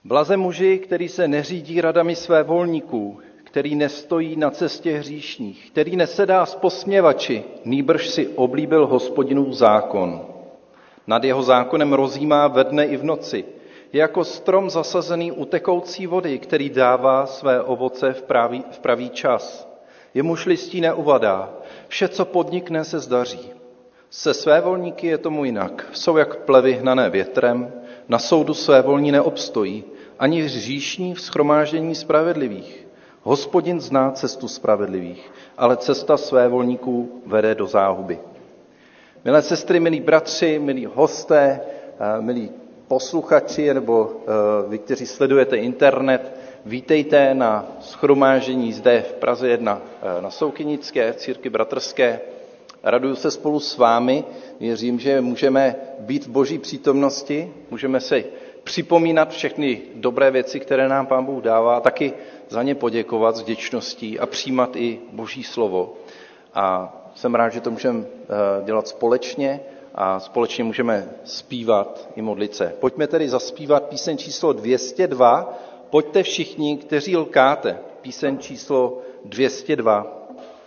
Blaze muži, který se neřídí radami svévolníků, který nestojí na cestě hříšných, který nesedá s posměvači, nýbrž si oblíbil Hospodinův zákon. Nad jeho zákonem rozjímá ve dne i v noci. Je jako strom zasazený u tekoucí vody, který dává své ovoce v pravý čas. Jemuž listí neuvadá, vše, co podnikne, se zdaří. Se svévolníky je tomu jinak. Jsou jak plevy hnané větrem, na soudu svévolní neobstojí, ani hříšní v shromáždění spravedlivých. Hospodin zná cestu spravedlivých, ale cesta svévolníků vede do záhuby. Milé sestry, milí bratři, milí hosté, milí posluchači, nebo vy, kteří sledujete internet, vítejte na shromáždění zde v Praze 1 na Soukynické církvi bratrské. Raduju se spolu s vámi, věřím, že můžeme být v Boží přítomnosti, můžeme si připomínat všechny dobré věci, které nám Pán Bůh dává, taky za ně poděkovat s vděčností a přijímat i Boží slovo. A jsem rád, že to můžeme dělat společně a společně můžeme zpívat i modlit se. Pojďme tedy zaspívat píseň číslo 202. Pojďte všichni, kteří lkáte. Píseň číslo 202.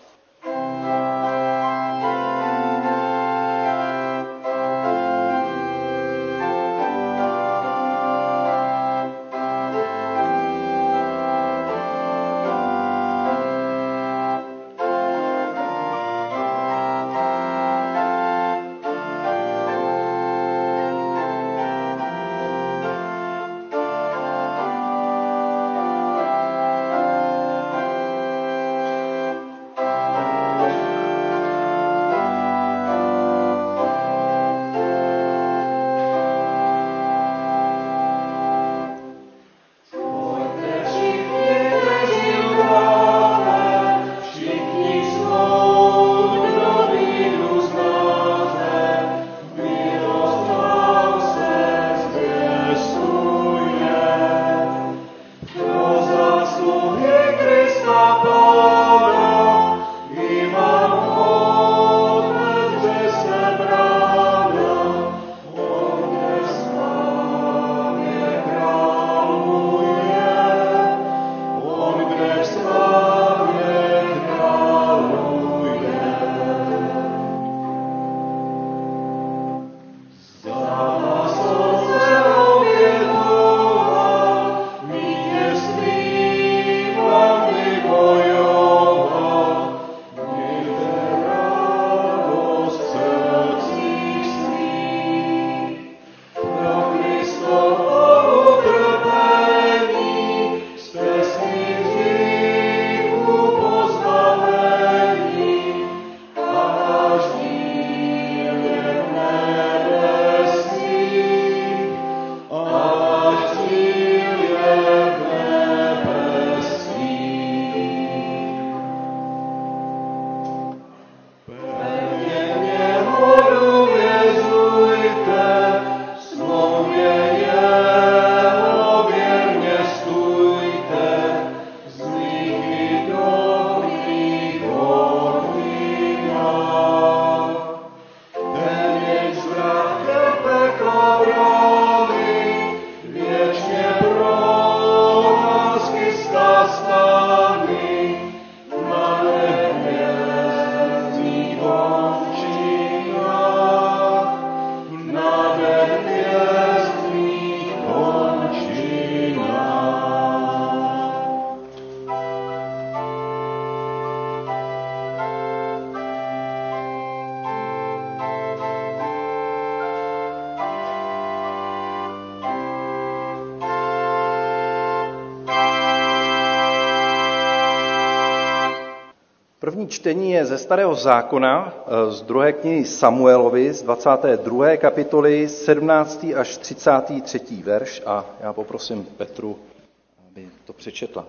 První čtení je ze Starého zákona, z 2. knihy Samuelovi, z 22. kapitoly, 17. až 33. verš a já poprosím Petru, aby to přečetla.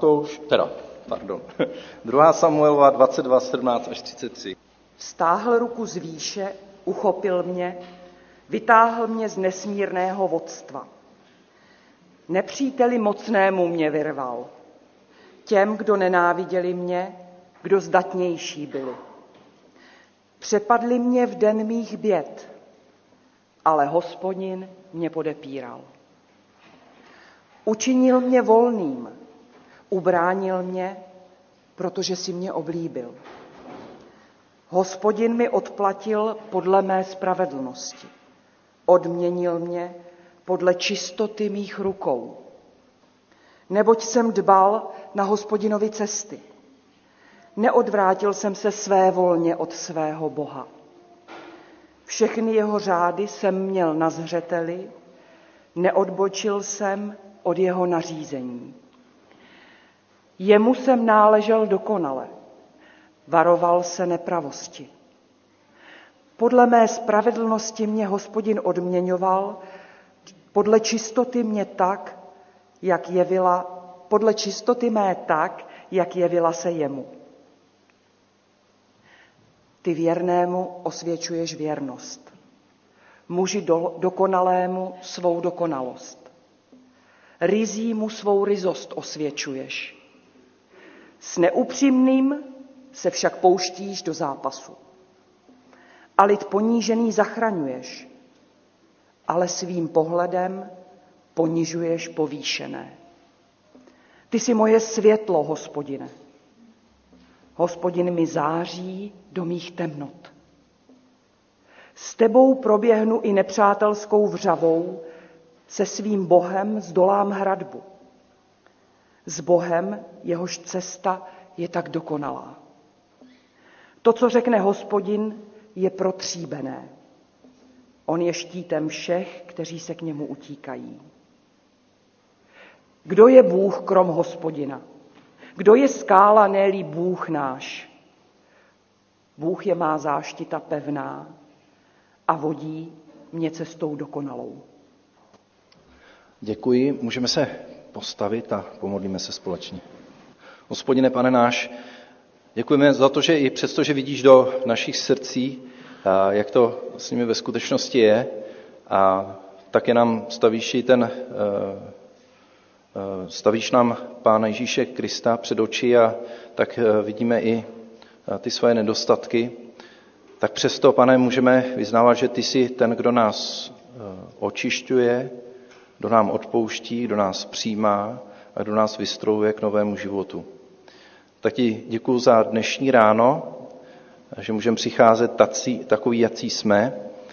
2. Samuelova 22, 17 až 33. Stáhl ruku z výše, uchopil mě, vytáhl mě z nesmírného vodstva. Nepříteli mocnému mě vyrval. Těm, kdo nenáviděli mě, kdo zdatnější byli. Přepadli mě v den mých běd, ale Hospodin mě podepíral. Učinil mě volným, ubránil mě, protože si mě oblíbil. Hospodin mi odplatil podle mé spravedlnosti. Odměnil mě podle čistoty mých rukou. Neboť jsem dbal na Hospodinovi cesty. Neodvrátil jsem se svévolně od svého Boha. Všechny jeho řády jsem měl na zřeteli, neodbočil jsem od jeho nařízení. Jemu jsem náležel dokonale, varoval se nepravosti. Podle mé spravedlnosti mě Hospodin odměňoval, podle čistoty mé tak, jak jevila se jemu. Ty věrnému osvědčuješ věrnost, muži dokonalému svou dokonalost. Ryzímu svou ryzost osvědčuješ. S neupřímným se však pouštíš do zápasu. A lid ponížený zachraňuješ, ale svým pohledem ponižuješ povýšené. Ty jsi moje světlo, Hospodine. Hospodin mi září do mých temnot. S tebou proběhnu i nepřátelskou vřavou, se svým Bohem zdolám hradbu. S Bohem, jehož cesta je tak dokonalá. To, co řekne Hospodin, je protříbené. On je štítem všech, kteří se k němu utíkají. Kdo je Bůh krom Hospodina? Kdo je skála, ne-li Bůh náš? Bůh je má záštita pevná a vodí mě cestou dokonalou. Děkuji, můžeme se postavit a pomodlíme se společně. Hospodine, Pane náš, děkujeme za to, že i přesto, že vidíš do našich srdcí, jak to s nimi ve skutečnosti je, a také nám stavíš nám Pána Ježíše Krista před oči a tak vidíme i ty svoje nedostatky. Tak přesto, Pane, můžeme vyznávat, že ty jsi ten, kdo nás očišťuje, kdo nám odpouští, kdo nás přijímá a kdo nás vystrojuje k novému životu. Tak ti děkuju za dnešní ráno, že můžeme přicházet takový, jací jsme.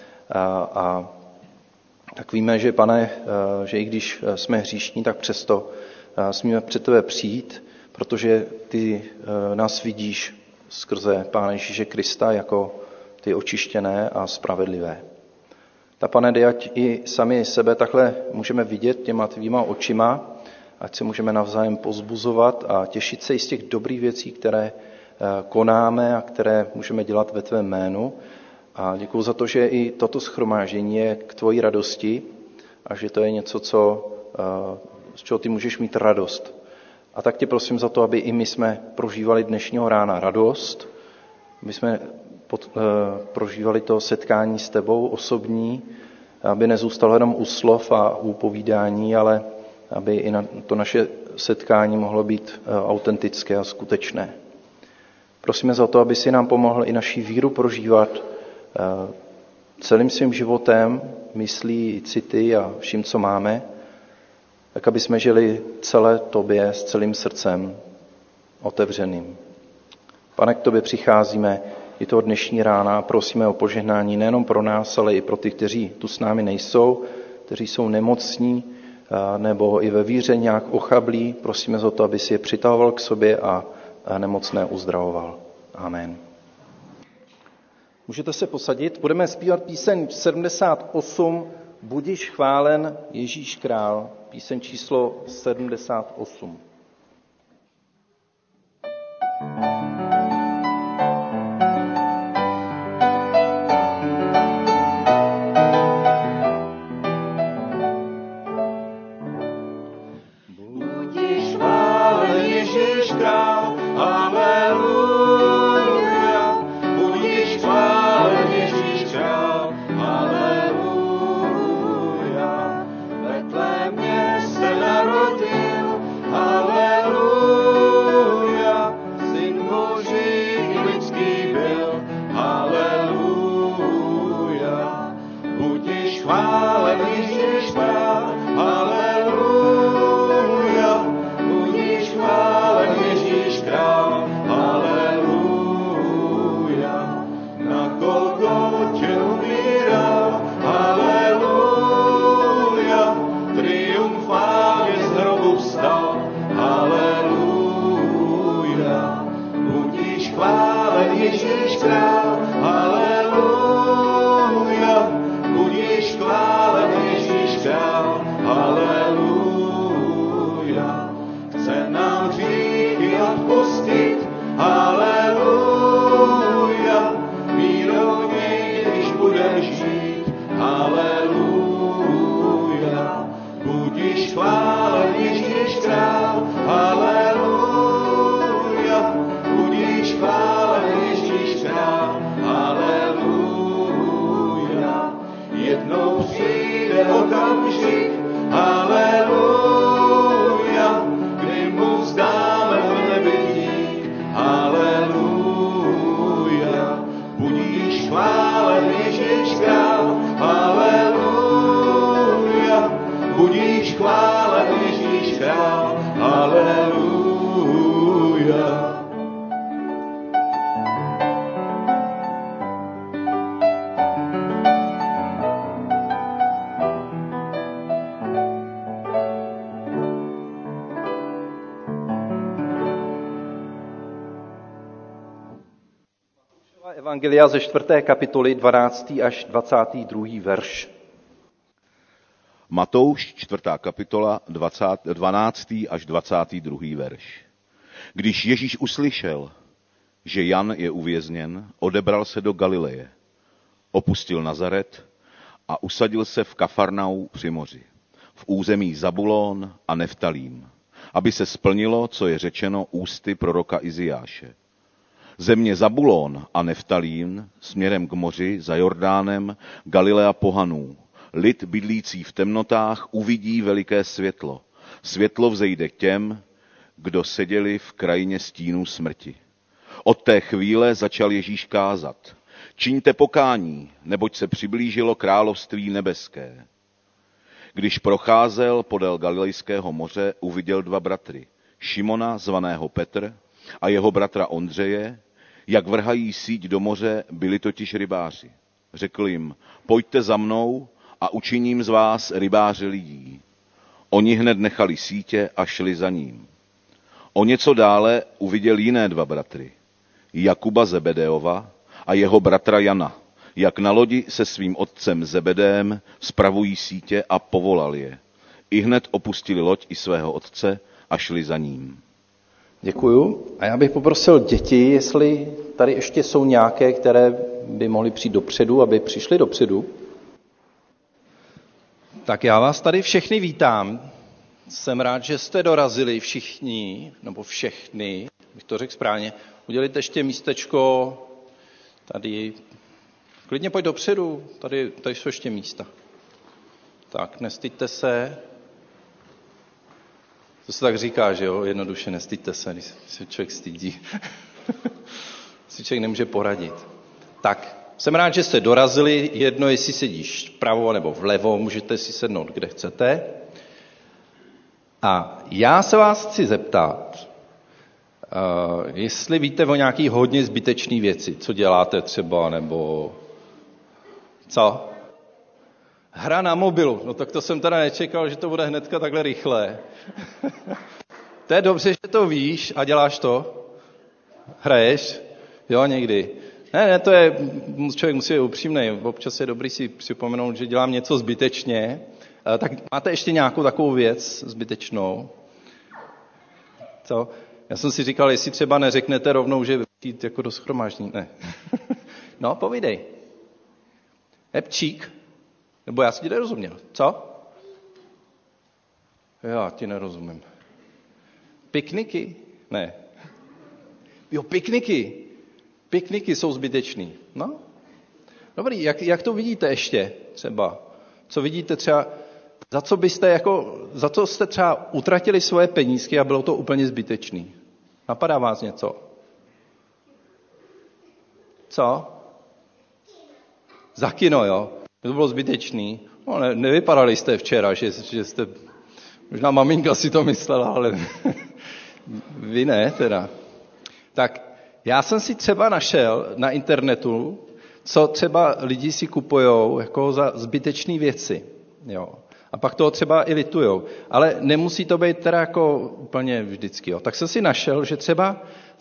A tak víme, že, Pane, že i když jsme hříšní, tak přesto smíme před tebe přijít, protože ty nás vidíš skrze Pána Ježíše Krista jako ty očištěné a spravedlivé. Ta, Pane, dej, ať i sami sebe takhle můžeme vidět těma tvýma očima, ať se můžeme navzájem povzbuzovat a těšit se i z těch dobrých věcí, které konáme a které můžeme dělat ve tvém jménu. A děkuji za to, že i toto shromáždění je k tvojí radosti a že to je něco, z čeho ty můžeš mít radost. A tak tě prosím za to, aby i my jsme prožívali dnešního rána radost, aby jsme prožívali to setkání s tebou osobní, aby nezůstalo jenom u slov a u povídání, ale aby i to naše setkání mohlo být autentické a skutečné. Prosíme za to, aby si nám pomohl i naši víru prožívat celým svým životem, myslí, city a vším, co máme, tak aby jsme žili celé tobě s celým srdcem otevřeným. Pane, k tobě přicházíme i toho dnešní rána a prosíme o požehnání nejenom pro nás, ale i pro ty, kteří tu s námi nejsou, kteří jsou nemocní nebo i ve víře nějak ochablí. Prosíme za to, aby si je přitahoval k sobě a nemocné uzdravoval. Amen. Můžete se posadit. Budeme zpívat píseň 78 Budiš chválen Ježíš král. Píseň číslo 78. Syn Ježíš král, haleluja. Budíš chválen Ježíš král, haleluja. Chce nám hříchy odpustit, haleluja. Vírou něj, když budeš žít, haleluja. Budíš chválen Ježíš král, haleluja. Budíš chválen Ježíš král, haleluja. Jednou přijde okamžik, haleluja, kdy mu vzdáme v nebi dík, haleluja. Budíš chválen Ježíš král, haleluja. Budíš chválen Ježíš král, haleluja. Evangelia ze 4. kapitoly 12. až 22. verš. Matouš, 4. kapitola, 12. až 22. verš. Když Ježíš uslyšel, že Jan je uvězněn, odebral se do Galileje. Opustil Nazaret a usadil se v Kafarnau při moři, v území Zabulón a Neftalím, aby se splnilo, co je řečeno ústy proroka Izajáše. Země Zabulón a Neftalím směrem k moři za Jordánem, Galilea pohanů. Lid bydlící v temnotách uvidí veliké světlo. Světlo vzejde k těm, kdo seděli v krajině stínů smrti. Od té chvíle začal Ježíš kázat. Čiňte pokání, neboť se přiblížilo království nebeské. Když procházel podél Galilejského moře, uviděl dva bratry. Šimona, zvaného Petr, a jeho bratra Ondřeje, jak vrhají síť do moře, byli totiž rybáři. Řekl jim, pojďte za mnou a učiním z vás rybáře lidí. Oni hned nechali sítě a šli za ním. O něco dále uviděl jiné dva bratry, Jakuba Zebedeova a jeho bratra Jana, jak na lodi se svým otcem Zebedém spravují sítě a povolal je. Ihned opustili loď i svého otce a šli za ním. Děkuju. A já bych poprosil děti, jestli tady ještě jsou nějaké, které by mohly přijít dopředu, aby přišli dopředu. Tak já vás tady všechny vítám. Jsem rád, že jste dorazili všichni, nebo všechny, bych to řekl správně. Udělejte ještě místečko tady. Klidně pojď dopředu, tady jsou ještě místa. Tak, nestyďte se. To se tak říká, že jo, jednoduše nestyďte se, když se člověk stydí. Si člověk nemůže poradit. Tak, jsem rád, že jste dorazili, jedno, jestli sedíš vpravo nebo vlevo, můžete si sednout, kde chcete. A já se vás chci zeptat, jestli víte o nějaký hodně zbytečný věci, co děláte třeba, nebo co? Hra na mobilu, no tak to jsem teda nečekal, že to bude hnedka takhle rychle. To je dobře, že to víš a děláš to? Hraješ? Jo, někdy. Ne, to je, člověk musí být upřímnej, občas je dobrý si připomenout, že dělám něco zbytečně. Tak máte ještě nějakou takovou věc zbytečnou? Co? Já jsem si říkal, jestli třeba neřeknete rovnou, že jít jako do shromáždění. Ne. No, povídej. Hebčík? Nebo já si ti nerozuměl. Co? Já ti nerozumím. Pikniky? Ne. Jo, pikniky. Pikniky jsou zbytečný. No. Dobrý, jak to vidíte ještě třeba? Co vidíte třeba, za co jste třeba utratili svoje penízky a bylo to úplně zbytečný? Napadá vás něco? Co? Za kino, jo? To bylo zbytečný. No, nevypadali jste včera, že jste... Možná maminka si to myslela, ale vy ne teda. Tak já jsem si třeba našel na internetu, co třeba lidi si kupujou jako za zbytečné věci. Jo. A pak toho třeba i litujou. Ale nemusí to být teda jako úplně vždycky. Jo. Tak jsem si našel, že třeba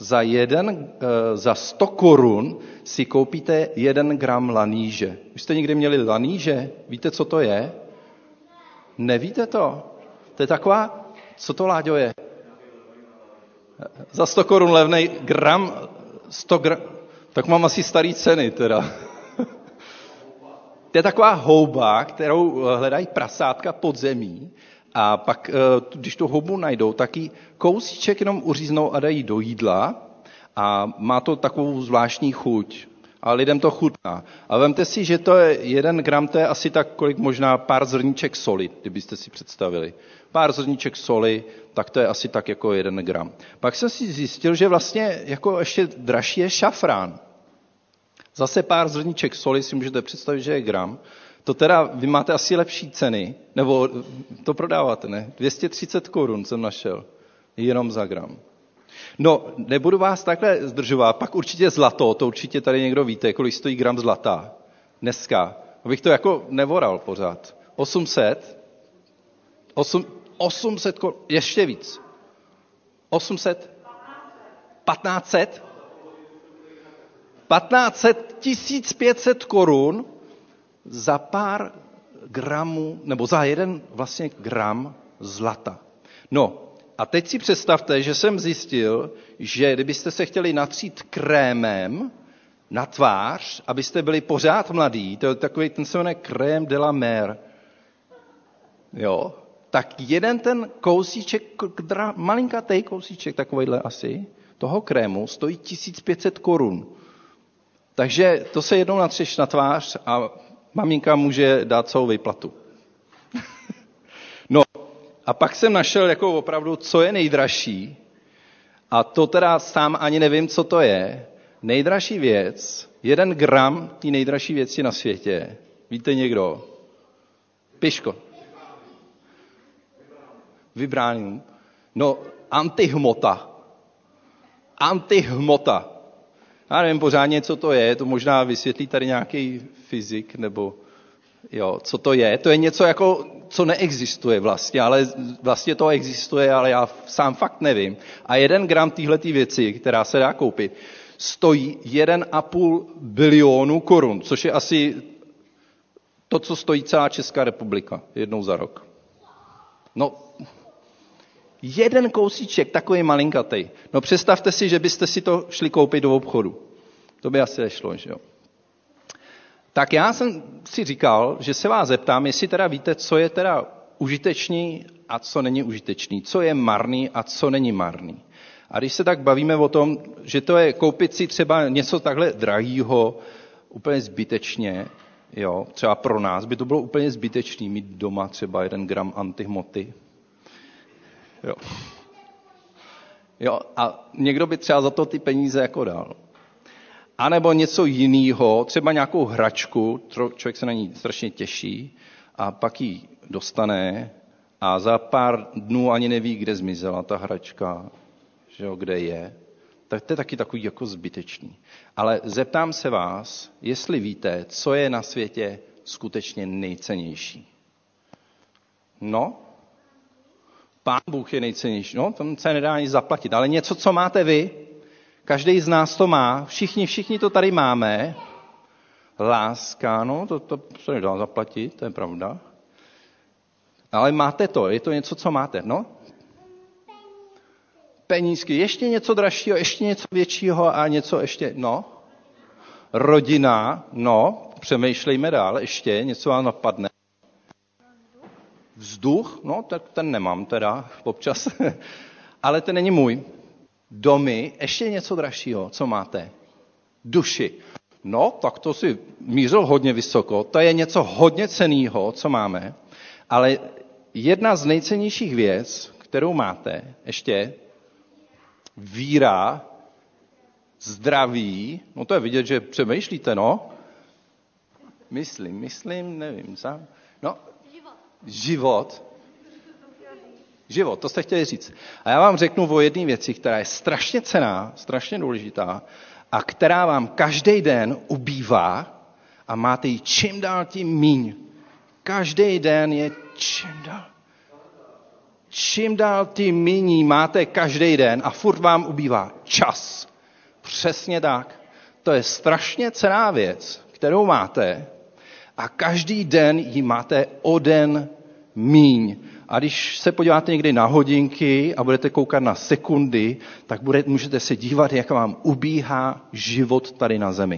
za 100 korun si koupíte 1 gram laníže. Už jste někdy měli laníže? Víte, co to je? Nevíte to? To je taková, co to, Láďo, je? Za 100 korun levnej gram, 100 gram, tak mám asi starý ceny teda. To je taková houba, kterou hledají prasátka pod zemí a pak, když tu houbu najdou, tak ji kousíček jenom uříznou a dají do jídla a má to takovou zvláštní chuť. A lidem to chutná. A vemte si, že to je 1 gram, to je asi tak, kolik možná pár zrníček soli, kdybyste si představili. Pár zrníček soli, tak to je asi tak jako 1 gram. Pak jsem si zjistil, že vlastně jako ještě dražší je šafrán. Zase pár zrníček soli si můžete představit, že je gram. To teda, vy máte asi lepší ceny, nebo to prodáváte, ne? 230 korun jsem našel, jenom za gram. No, nebudu vás takhle zdržovat, pak určitě zlato, to určitě tady někdo víte, kolik stojí gram zlata dneska. Abych to jako nevoral pořád. 800 korun, ještě víc. 800? 1500? 1500 korun za pár gramů, nebo za 1 vlastně gram zlata. No, a teď si představte, že jsem zjistil, že kdybyste se chtěli natřít krémem na tvář, abyste byli pořád mladí, to je takový, ten se jmenuje crème de la mer, jo, tak jeden ten kousíček, malinkatej kousíček, takovejhle asi, toho krému stojí 1500 korun. Takže to se jednou natřeš na tvář a maminka může dát celou výplatu. No a pak jsem našel jako opravdu, co je nejdražší, a to teda sám ani nevím, co to je. Nejdražší věc, 1 gram té nejdražší věci na světě. Víte někdo? Piško. Vibránium. No, antihmota. Antihmota. Já nevím pořádně, co to je, to možná vysvětlí tady nějaký fyzik, nebo jo, co to je. To je něco jako, co neexistuje vlastně, ale vlastně to existuje, ale já sám fakt nevím. A 1 gram téhletý věci, která se dá koupit, stojí 1,5 bilionu korun, což je asi to, co stojí celá Česká republika jednou za rok. No, 1 kousíček, takový malinkatej. No představte si, že byste si to šli koupit do obchodu. To by asi nešlo, že jo. Tak já jsem si říkal, že se vás zeptám, jestli teda víte, co je teda užitečný a co není užitečný. Co je marný a co není marný. A když se tak bavíme o tom, že to je koupit si třeba něco takhle drahýho, úplně zbytečně, jo, třeba pro nás by to bylo úplně zbytečný mít doma třeba 1 gram antihmoty. Jo, a někdo by třeba za to ty peníze jako dal. A nebo něco jiného, třeba nějakou hračku, člověk se na ní strašně těší a pak ji dostane a za pár dnů ani neví, kde zmizela ta hračka, že jo, kde je. Tak to je taky takový jako zbytečný. Ale zeptám se vás, jestli víte, co je na světě skutečně nejcennější. No, Pán Bůh je nejcennější. No, tam se nedá ani zaplatit. Ale něco, co máte vy, každý z nás to má, všichni to tady máme. Láska, no, to se nedá zaplatit, to je pravda. Ale máte to, je to něco, co máte, no? Penízky, ještě něco dražšího, ještě něco většího a něco ještě, no? Rodina, no, přemýšlejme dál, ještě něco vám napadne. Vzduch, no, tak ten nemám teda občas, ale ten není můj. Domy, ještě něco dražšího, co máte? Duši. No, tak to si mířil hodně vysoko, to je něco hodně cenného, co máme, ale jedna z nejcennějších věc, kterou máte, ještě víra, zdraví, no to je vidět, že přemýšlíte, no? Myslím, nevím, sám. No, Život, to jste chtěli říct. A já vám řeknu o jedné věci, která je strašně cenná, strašně důležitá a která vám každý den ubývá a máte ji čím dál tím míň. každý den je čím dál tím míní máte každý den a furt vám ubývá čas. Přesně tak. To je strašně cenná věc, kterou máte a každý den ji máte o den míň. A když se podíváte někdy na hodinky a budete koukat na sekundy, tak můžete se dívat, jak vám ubíhá život tady na zemi.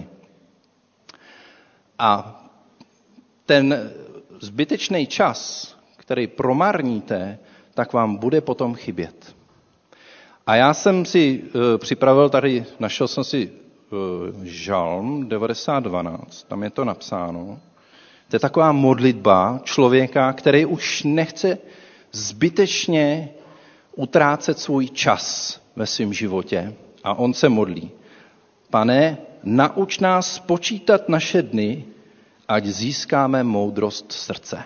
A ten zbytečný čas, který promarníte, tak vám bude potom chybět. A já jsem si připravil tady, našel jsem si Žalm 90:12, tam je to napsáno. To je taková modlitba člověka, který už nechce zbytečně utrácet svůj čas ve svém životě. A on se modlí. Pane, nauč nás počítat naše dny, ať získáme moudrost srdce.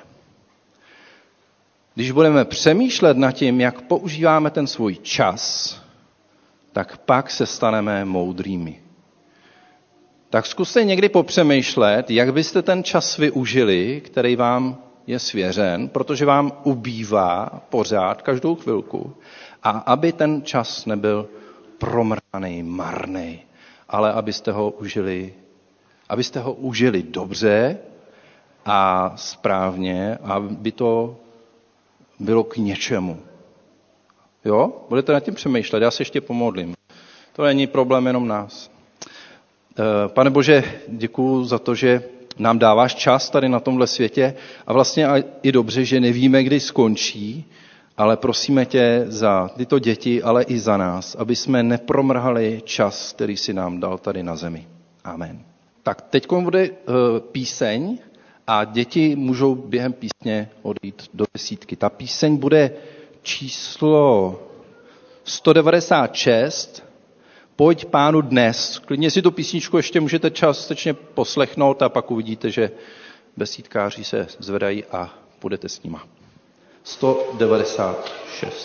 Když budeme přemýšlet nad tím, jak používáme ten svůj čas, tak pak se staneme moudrými. Tak zkuste někdy popřemýšlet, jak byste ten čas využili, který vám je svěřen, protože vám ubývá pořád, každou chvilku, a aby ten čas nebyl promrhaný, marný, ale abyste ho užili dobře a správně, aby to bylo k něčemu. Jo? Budete nad tím přemýšlet, já se ještě pomodlím. To není problém jenom nás. Pane Bože, děkuju za to, že nám dáváš čas tady na tomhle světě a vlastně i dobře, že nevíme, kdy skončí, ale prosíme tě za tyto děti, ale i za nás, aby jsme nepromrhali čas, který si nám dal tady na zemi. Amen. Tak teď bude píseň a děti můžou během písně odejít do desítky. Ta píseň bude číslo 196, Pojď Pánu dnes. Klidně si tu písničku ještě můžete částečně poslechnout a pak uvidíte, že besídkáři se zvedají a půjdete s nima. 196.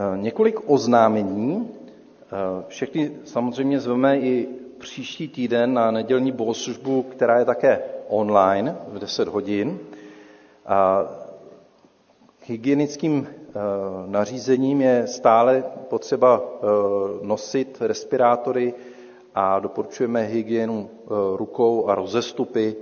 Několik oznámení. Všechny samozřejmě zveme i příští týden na nedělní bohoslužbu, která je také online v 10 hodin. A hygienickým nařízením je stále potřeba nosit respirátory a doporučujeme hygienu rukou a rozestupy.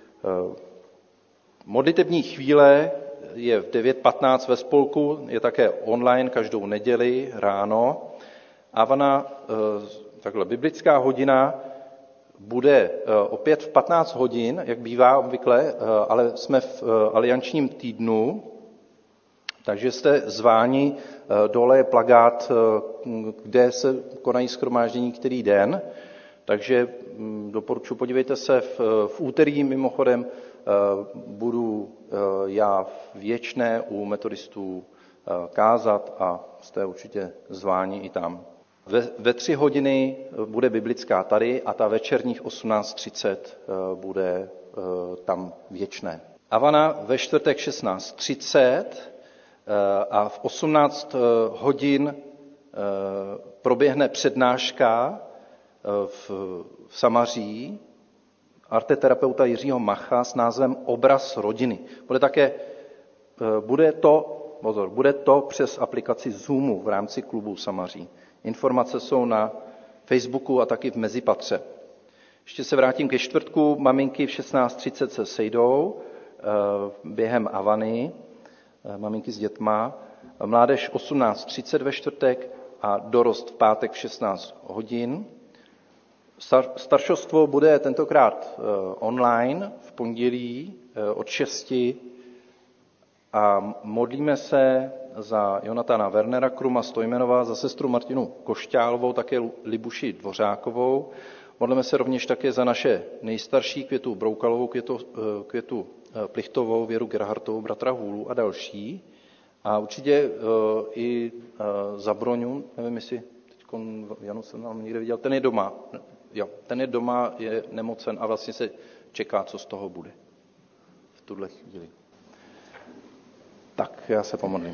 Modlitební chvíle je v 9:15 ve spolku, je také online každou neděli ráno. Avana, takhle biblická hodina, bude opět v 15 hodin, jak bývá obvykle, ale jsme v aliančním týdnu, takže jste zváni, dole je plakát, kde se konají shromáždění který den, takže doporučuji, podívejte se, v úterý mimochodem budu já v Věčné u metodistů kázat a jste určitě zváni i tam. Ve 3 hodiny bude biblická tady a ta večerních 18:30 bude tam Věčné. Avana ve čtvrtek 16:30 a v 18 hodin proběhne přednáška v Samaří arteterapeuta Jiřího Macha s názvem Obraz rodiny. Bude to přes aplikaci Zoomu v rámci klubu Samaří. Informace jsou na Facebooku a taky v Mezipatře. Ještě se vrátím ke čtvrtku. Maminky v 16:30 se sejdou během Avany, maminky s dětma. Mládež 18:30 ve čtvrtek a dorost v pátek v 16 hodin. Staršostvo bude tentokrát online v pondělí od 6 a modlíme se za Jonatana Wernera, Kruma Stojmenova, za sestru Martinu Košťálovou, také Libuši Dvořákovou. Modlíme se rovněž také za naše nejstarší, Květu Broukalovou, Květu Plichtovou, Věru Gerhartovou, bratra Hůlu a další. A určitě i za Broňu, nevím, jestli teď Janu jsem tam někde viděl, ten je doma. Jo, ten je doma, je nemocen a vlastně se čeká, co z toho bude v tuhle chvíli. Tak, já se pomodlím.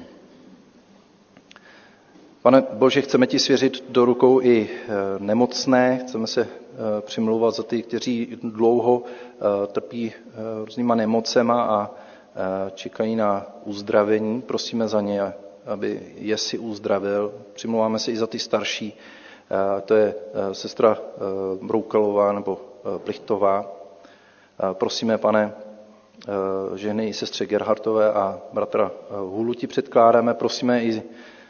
Pane Bože, chceme ti svěřit do rukou i nemocné, chceme se přimlouvat za ty, kteří dlouho trpí různýma nemocema a čekají na uzdravení. Prosíme za ně, aby je si uzdravil. Přimlouváme se i za ty starší, to je sestra Broukalová nebo Plichtová. Prosíme, Pane, ženy i sestře Gerhartové a bratra Hůlu ti předkládáme. Prosíme i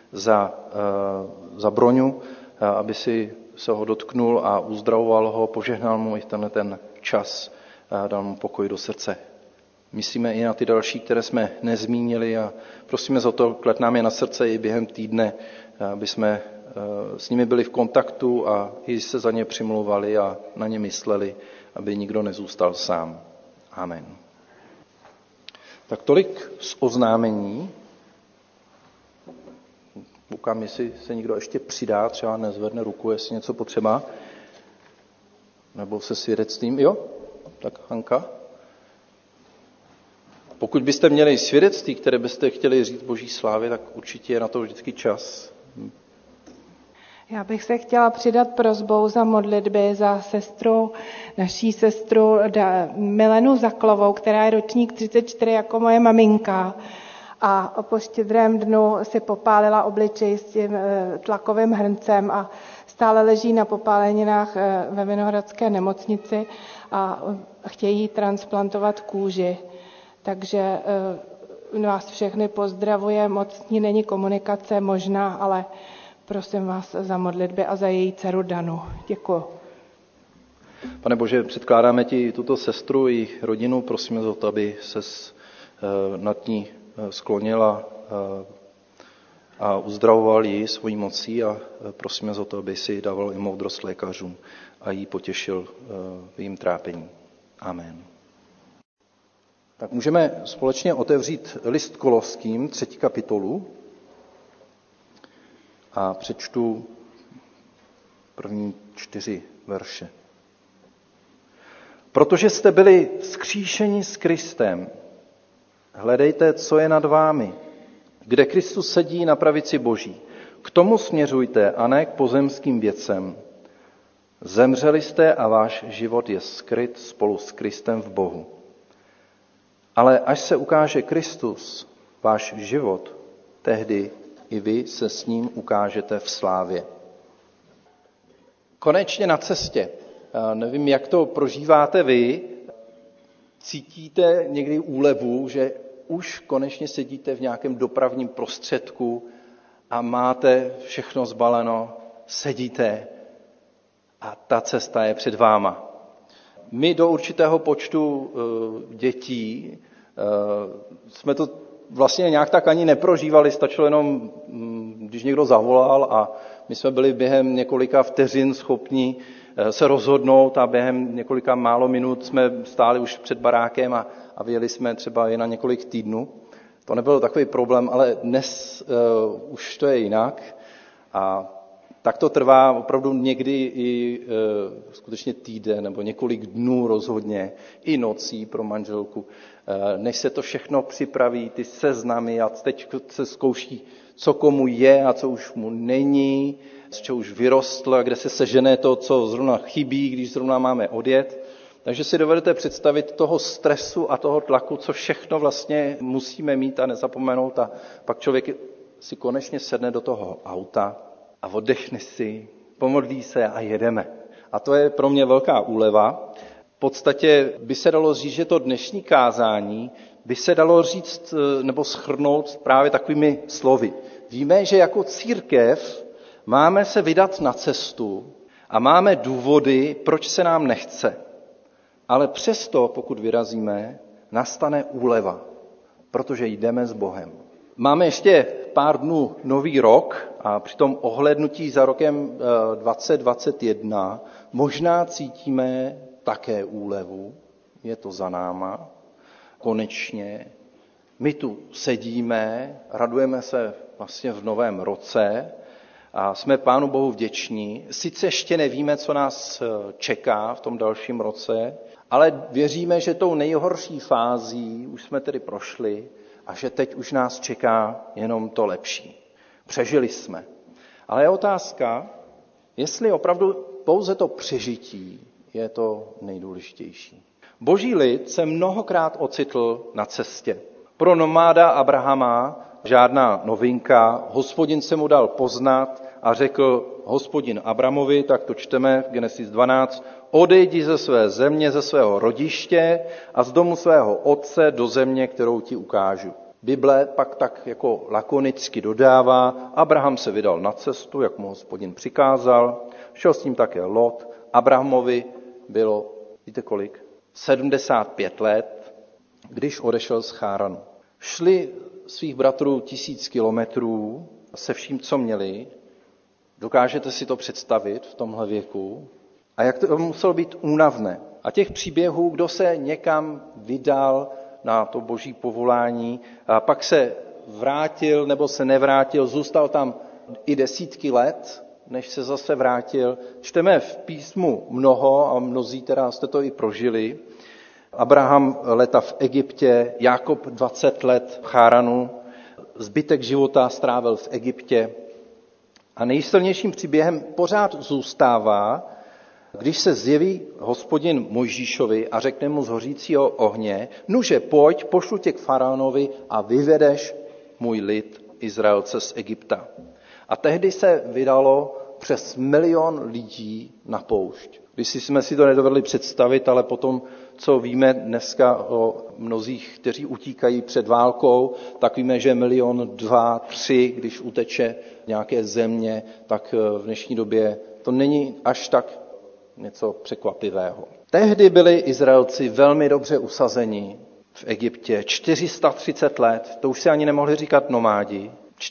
za Broňu, aby si se ho dotknul a uzdravoval ho, požehnal mu i ten čas, dal mu pokoj do srdce. Myslíme i na ty další, které jsme nezmínili a prosíme za to, klad nám je na srdce i během týdne, aby jsme s nimi byli v kontaktu a i se za ně přimlouvali a na ně mysleli, aby nikdo nezůstal sám. Amen. Tak tolik z oznámení. Koukám, jestli se někdo ještě přidá, třeba nezvedne ruku, jestli něco potřeba. Nebo se svědectvím. Jo? Tak Hanka. Pokud byste měli svědectví, které byste chtěli říct Boží slávě, tak určitě je na to vždycky čas. Já bych se chtěla přidat prosbou za modlitby za naší sestru Milenu Zaklovou, která je ročník 34 jako moje maminka. A po Štědrém dnu si popálila obličej s tím tlakovým hrncem a stále leží na popáleninách ve Vinohradské nemocnici a chtějí transplantovat kůži. Takže vás všechny pozdravuje, moc s ní není komunikace možná, ale prosím vás za modlitby a za její dceru Danu. Děkuji. Pane Bože, předkládáme ti tuto sestru i rodinu, prosíme za to, aby ses nad ní sklonila a uzdravoval ji svojí mocí a prosíme za to, aby si dával i moudrost lékařům a jí potěšil v jejím trápení. Amen. Tak můžeme společně otevřít list Koloským, 3. kapitolu a přečtu první 4 verše. Protože jste byli vzkříšeni s Kristem, hledejte, co je nad vámi, kde Kristus sedí na pravici Boží. K tomu směřujte a ne k pozemským věcem. Zemřeli jste a váš život je skryt spolu s Kristem v Bohu. Ale až se ukáže Kristus, váš život, tehdy i vy se s ním ukážete v slávě. Konečně na cestě. Nevím, jak to prožíváte vy. Cítíte někdy úlevu, že už konečně sedíte v nějakém dopravním prostředku a máte všechno zbaleno, sedíte a ta cesta je před váma. My do určitého počtu dětí jsme to vlastně nějak tak ani neprožívali, stačilo jenom, když někdo zavolal a my jsme byli během několika vteřin schopni se rozhodnout a během několika málo minut jsme stáli už před barákem a vyjeli jsme třeba i na několik týdnů. To nebyl takový problém, ale dnes už to je jinak a tak to trvá opravdu někdy i skutečně týden nebo několik dnů rozhodně, i nocí pro manželku, než se to všechno připraví, ty seznamy a teď se zkouší, co komu je a co už mu není, z čeho už vyrostl a kde se sežene to, co zrovna chybí, když zrovna máme odjet. Takže si dovedete představit toho stresu a toho tlaku, co všechno vlastně musíme mít a nezapomenout a pak člověk si konečně sedne do toho auta a oddechne si, pomodlí se a jedeme. A to je pro mě velká úleva. V podstatě by se dalo říct, že to dnešní kázání by se dalo říct nebo shrnout právě takovými slovy. Víme, že jako církev máme se vydat na cestu a máme důvody, proč se nám nechce. Ale přesto, pokud vyrazíme, nastane úleva, protože jdeme s Bohem. Máme ještě pár dnů nový rok a při tom ohlédnutí za rokem 2021 možná cítíme také úlevu. Je to za náma. Konečně. My tu sedíme, radujeme se vlastně v novém roce a jsme Pánu Bohu vděční. Sice ještě nevíme, co nás čeká v tom dalším roce, ale věříme, že tou nejhorší fází už jsme tedy prošli a že teď už nás čeká jenom to lepší. Přežili jsme. Ale je otázka, jestli opravdu pouze to přežití je to nejdůležitější. Boží lid se mnohokrát ocitl na cestě. Pro nomáda Abrahama žádná novinka, Hospodin se mu dal poznat a řekl Hospodin Abramovi, tak to čteme v Genesis 12, odejdi ze své země, ze svého rodiště a z domu svého otce do země, kterou ti ukážu. Bible pak tak jako lakonicky dodává, Abraham se vydal na cestu, jak mu Hospodin přikázal, šel s ním také Lot. Abrahamovi bylo, víte kolik? 75 let, když odešel z Cháranu. Šli svých bratrů 1000 kilometrů se vším, co měli. Dokážete si to představit v tomhle věku? A jak to muselo být únavné? A těch příběhů, kdo se někam vydal na to boží povolání, a pak se vrátil nebo se nevrátil, zůstal tam i desítky let, než se zase vrátil. Čteme v písmu mnoho a mnozí teda jste to i prožili. Abraham leta v Egyptě, Jákob 20 let v Cháranu, zbytek života strávil v Egyptě. A nejsilnějším příběhem pořád zůstává, když se zjeví Hospodin Mojžíšovi a řekne mu z hořícího ohně, nuže pojď, pošlu tě k faraonovi a vyvedeš můj lid Izraelce z Egypta. A tehdy se vydalo přes 1 000 000 lidí na poušť. Když jsme si to nedovedli představit, ale potom, co víme dneska o mnozích, kteří utíkají před válkou, tak víme, že 1 000 000, 2, 3, když uteče nějaké země, tak v dnešní době to není až tak něco překvapivého. Tehdy byli Izraelci velmi dobře usazeni v Egyptě. 430 let, to už si ani nemohli říkat nomádi,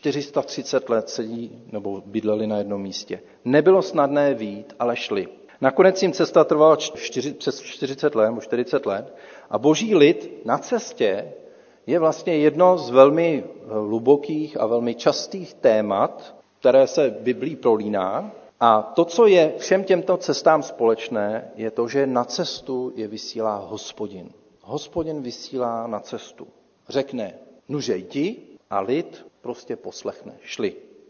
430 let sedí nebo bydleli na jednom místě. Nebylo snadné vyjít, ale šli. Nakonec jim cesta trvala přes 40 let nebo 40 let a boží lid na cestě je vlastně jedno z velmi hlubokých a velmi častých témat, které se Biblí prolíná. A to, co je všem těmto cestám společné, je to, že na cestu je vysílá Hospodin. Hospodin vysílá na cestu. Řekne, nuže jdi a lid prostě poslechne. Šli.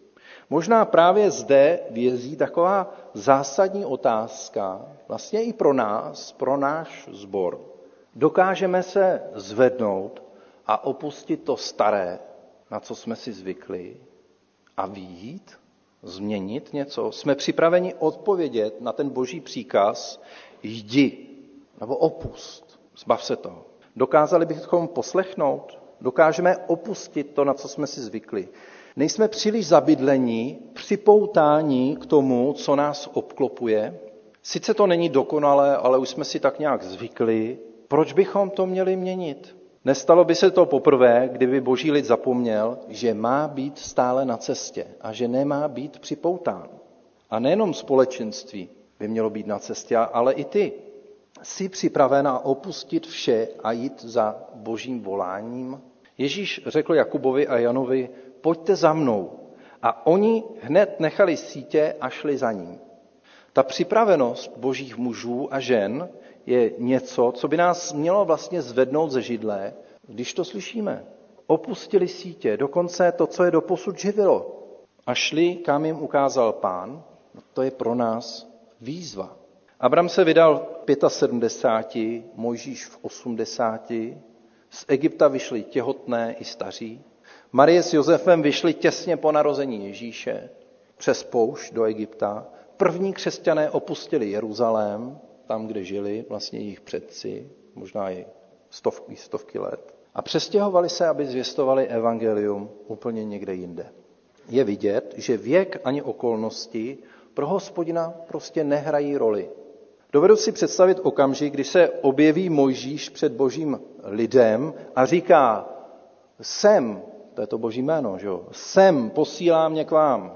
Možná právě zde vězí taková zásadní otázka, vlastně i pro nás, pro náš sbor. Dokážeme se zvednout a opustit to staré, na co jsme si zvykli, a vyjít, změnit něco? Jsme připraveni odpovědět na ten boží příkaz, jdi, nebo opust, zbav se toho. Dokázali bychom poslechnout? Dokážeme opustit to, na co jsme si zvykli? Nejsme příliš zabydlení, připoutáni k tomu, co nás obklopuje? Sice to není dokonalé, ale už jsme si tak nějak zvykli. Proč bychom to měli měnit? Nestalo by se to poprvé, kdyby boží lid zapomněl, že má být stále na cestě a že nemá být připoután. A nejenom společenství by mělo být na cestě, ale i ty. Jsi připravená opustit vše a jít za božím voláním? Ježíš řekl Jakubovi a Janovi, pojďte za mnou. A oni hned nechali sítě a šli za ním. Ta připravenost božích mužů a žen je něco, co by nás mělo vlastně zvednout ze židle, když to slyšíme. Opustili sítě, dokonce to, co je doposud živilo. A šli, kam jim ukázal Pán. To je pro nás výzva. Abram se vydal v 75, Mojžíš v 80, z Egypta vyšli těhotné i staří. Marie s Josefem vyšli těsně po narození Ježíše přes poušť do Egypta. První křesťané opustili Jeruzalém, tam, kde žili vlastně jejich předci, možná i stovky let. A přestěhovali se, aby zvěstovali evangelium úplně někde jinde. Je vidět, že věk ani okolnosti pro Hospodina prostě nehrají roli. Dovedu si představit okamžik, kdy se objeví Mojžíš před božím lidem a říká, sem, to je to boží jméno, že jo? Sem, posílá mě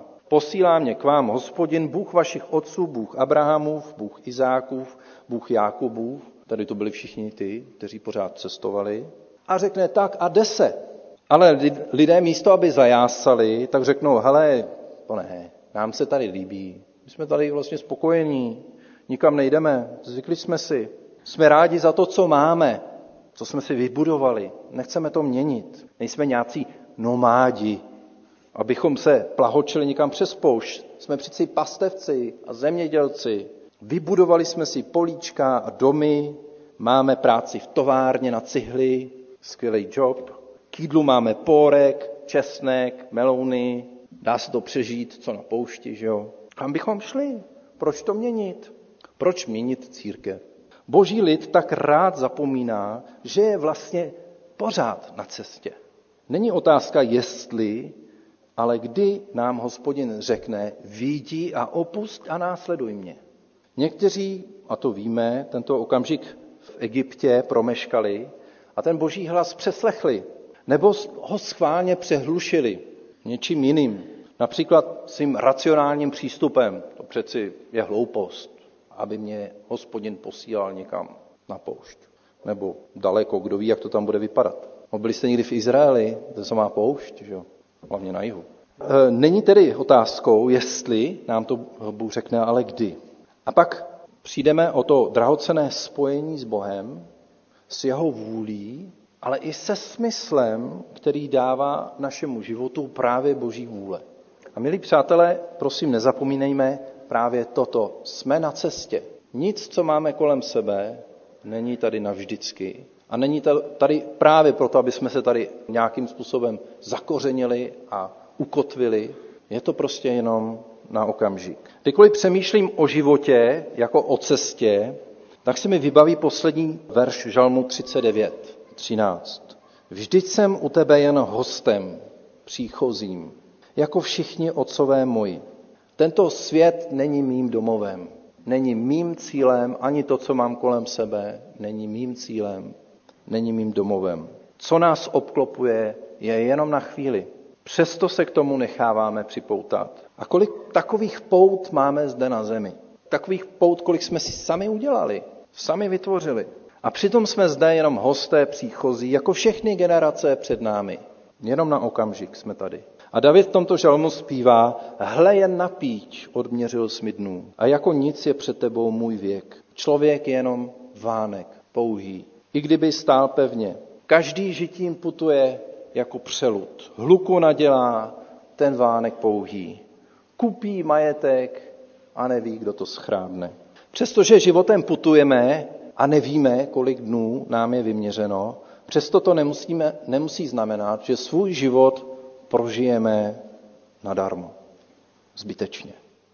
k vám Hospodin, Bůh vašich otců, Bůh Abrahamův, Bůh Izákův, Bůh Jákobův, tady to byli všichni ty, kteří pořád cestovali, a řekne tak a jde se. Ale lidé místo, aby zajásali, tak řeknou, hele, pane, nám se tady líbí, my jsme tady vlastně spokojení, nikam nejdeme, zvykli jsme si, jsme rádi za to, co máme, co jsme si vybudovali, nechceme to měnit, nejsme nějací nomádi, abychom se plahočili někam přes poušť. Jsme přeci pastevci a zemědělci. Vybudovali jsme si políčka a domy, máme práci v továrně na cihly, skvělý job. K jídlu máme pórek, česnek, melouny, dá se to přežít, co na poušti, že jo? Kam bychom šli? Proč to měnit? Proč měnit církev? Boží lid tak rád zapomíná, že je vlastně pořád na cestě. Není otázka jestli, ale kdy nám Hospodin řekne, vyjdi a opusť a následuj mě. Někteří, a to víme, tento okamžik v Egyptě promeškali a ten boží hlas přeslechli, nebo ho schválně přehlušili něčím jiným. Například svým racionálním přístupem, to přeci je hloupost, aby mě Hospodin posílal někam na poušť. Nebo daleko, kdo ví, jak to tam bude vypadat. Byli jste někdy v Izraeli, to se má poušť, že jo? Hlavně na jihu. Není tedy otázkou, jestli nám to Bůh řekne, ale kdy. A pak přijdeme o to drahocenné spojení s Bohem, s jeho vůlí, ale i se smyslem, který dává našemu životu právě boží vůle. A milí přátelé, prosím, nezapomínejme právě toto. Jsme na cestě. Nic, co máme kolem sebe, není tady navždycky. A není tady právě proto, aby jsme se tady nějakým způsobem zakořenili a ukotvili. Je to prostě jenom na okamžik. Kdykoliv přemýšlím o životě jako o cestě, tak se mi vybaví poslední verš Žalmu 39:13. Vždyť jsem u tebe jen hostem, příchozím, jako všichni otcové moji. Tento svět není mým domovem, není mým cílem, ani to, co mám kolem sebe, není mým cílem, není mým domovem. Co nás obklopuje, je jenom na chvíli. Přesto se k tomu necháváme připoutat. A kolik takových pout máme zde na zemi? Takových pout, kolik jsme si sami udělali, sami vytvořili. A přitom jsme zde jenom hosté příchozí, jako všechny generace před námi. Jenom na okamžik jsme tady. A David v tomto žalmu zpívá, hle jen napíč odměřil jsi mi dnů. A jako nic je před tebou můj věk. Člověk je jenom vánek, pouhý. I kdyby stál pevně. Každý žitím putuje jako přelud. Hluku nadělá ten vánek pouhý. Kupí majetek a neví, kdo to schrádne. Přestože životem putujeme a nevíme, kolik dnů nám je vyměřeno, přesto to nemusí znamenat, že svůj život prožijeme nadarmo, zbytečně.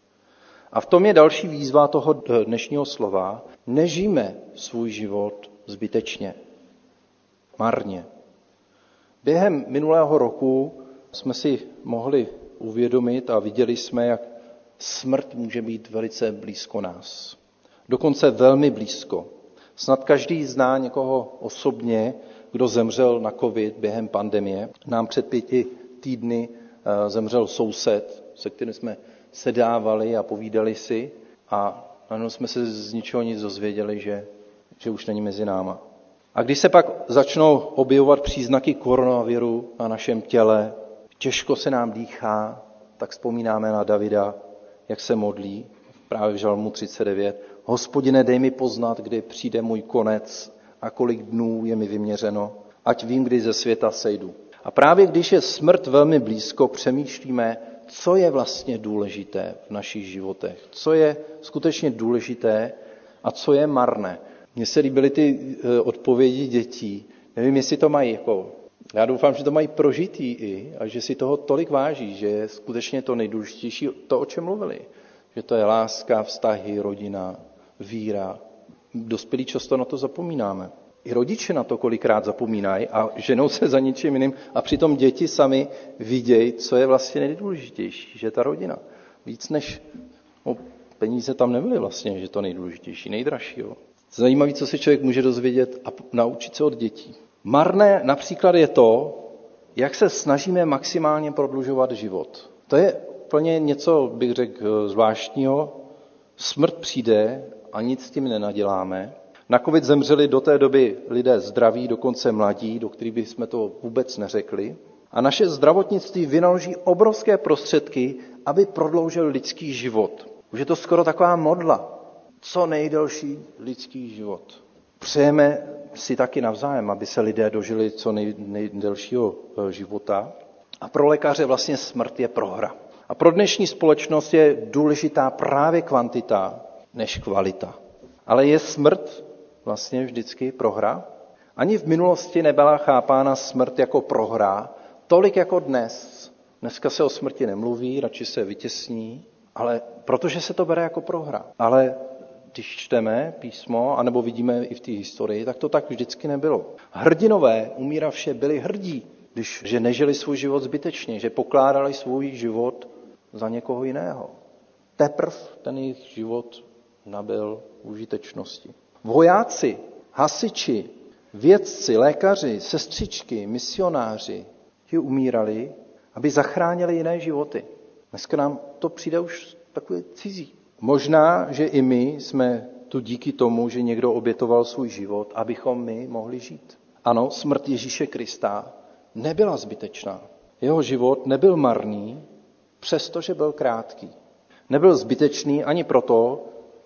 A v tom je další výzva toho dnešního slova. Nežijme svůj život zbytečně, marně. Během minulého roku jsme si mohli uvědomit a viděli jsme, jak smrt může být velice blízko nás. Dokonce velmi blízko. Snad každý zná někoho osobně, kdo zemřel na covid během pandemie. Nám před 5 týdny zemřel soused, se kterým jsme sedávali a povídali si a najednou jsme se z ničeho nic dozvěděli, že už není mezi náma. A když se pak začnou objevovat příznaky koronaviru na našem těle, těžko se nám dýchá, tak vzpomínáme na Davida, jak se modlí, právě v Žalmu 39. Hospodine, dej mi poznat, kdy přijde můj konec a kolik dnů je mi vyměřeno, ať vím, kdy ze světa sejdu. A právě když je smrt velmi blízko, přemýšlíme, co je vlastně důležité v našich životech, co je skutečně důležité a co je marné. Mně se líbily ty odpovědi dětí. Nevím, jestli to mají já doufám, že to mají prožitý i a že si toho tolik váží, že je skutečně to nejdůležitější, to, o čem mluvili. Že to je láska, vztahy, rodina, víra. Dospělí často na to zapomínáme. I rodiče na to kolikrát zapomínají a ženou se za ničím jiným a přitom děti sami vidějí, co je vlastně nejdůležitější, že ta rodina. Víc než peníze tam nebyly vlastně, že to nejdůležitější, nejdražší. Jo. Zajímavé, co se člověk může dozvědět a naučit se od dětí. Marné například je to, jak se snažíme maximálně prodlužovat život. To je úplně něco, bych řekl, zvláštního. Smrt přijde a nic s tím nenaděláme. Na covid zemřeli do té doby lidé zdraví, dokonce mladí, do kterých bychom to vůbec neřekli. A naše zdravotnictví vynaloží obrovské prostředky, aby prodloužil lidský život. Už je to skoro taková modla. Co nejdelší lidský život. Přejeme si taky navzájem, aby se lidé dožili co nejdelšího života. A pro lékaře vlastně smrt je prohra. A pro dnešní společnost je důležitá právě kvantita než kvalita. Ale je smrt vlastně vždycky prohra? Ani v minulosti nebyla chápána smrt jako prohra, tolik jako dnes. Dneska se o smrti nemluví, radši se vytěsní, ale protože se to bere jako prohra. Ale když čteme písmo, anebo vidíme i v té historii, tak to tak vždycky nebylo. Hrdinové umíravše byli hrdí, že nežili svůj život zbytečně, že pokládali svůj život za někoho jiného. Teprv ten jejich život nabyl užitečnosti. Vojáci, hasiči, vědci, lékaři, sestřičky, misionáři, ti umírali, aby zachránili jiné životy. Dneska nám to přijde už takové cizí. Možná, že i my jsme tu díky tomu, že někdo obětoval svůj život, abychom my mohli žít. Ano, smrt Ježíše Krista nebyla zbytečná. Jeho život nebyl marný, přestože byl krátký. Nebyl zbytečný ani proto,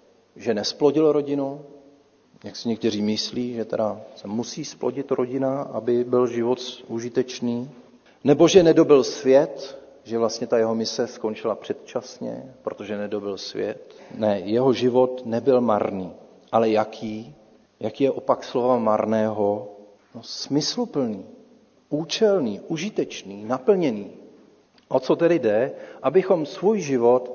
že nesplodil rodinu, jak si někteří myslí, že teda se musí splodit rodina, aby byl život užitečný, nebo že nedobyl svět, že vlastně ta jeho mise skončila předčasně, protože nedobyl svět. Ne, jeho život nebyl marný. Ale jaký? Jaký je opak slova marného? No, smysluplný, účelný, užitečný, naplněný. O co tedy jde? Abychom svůj život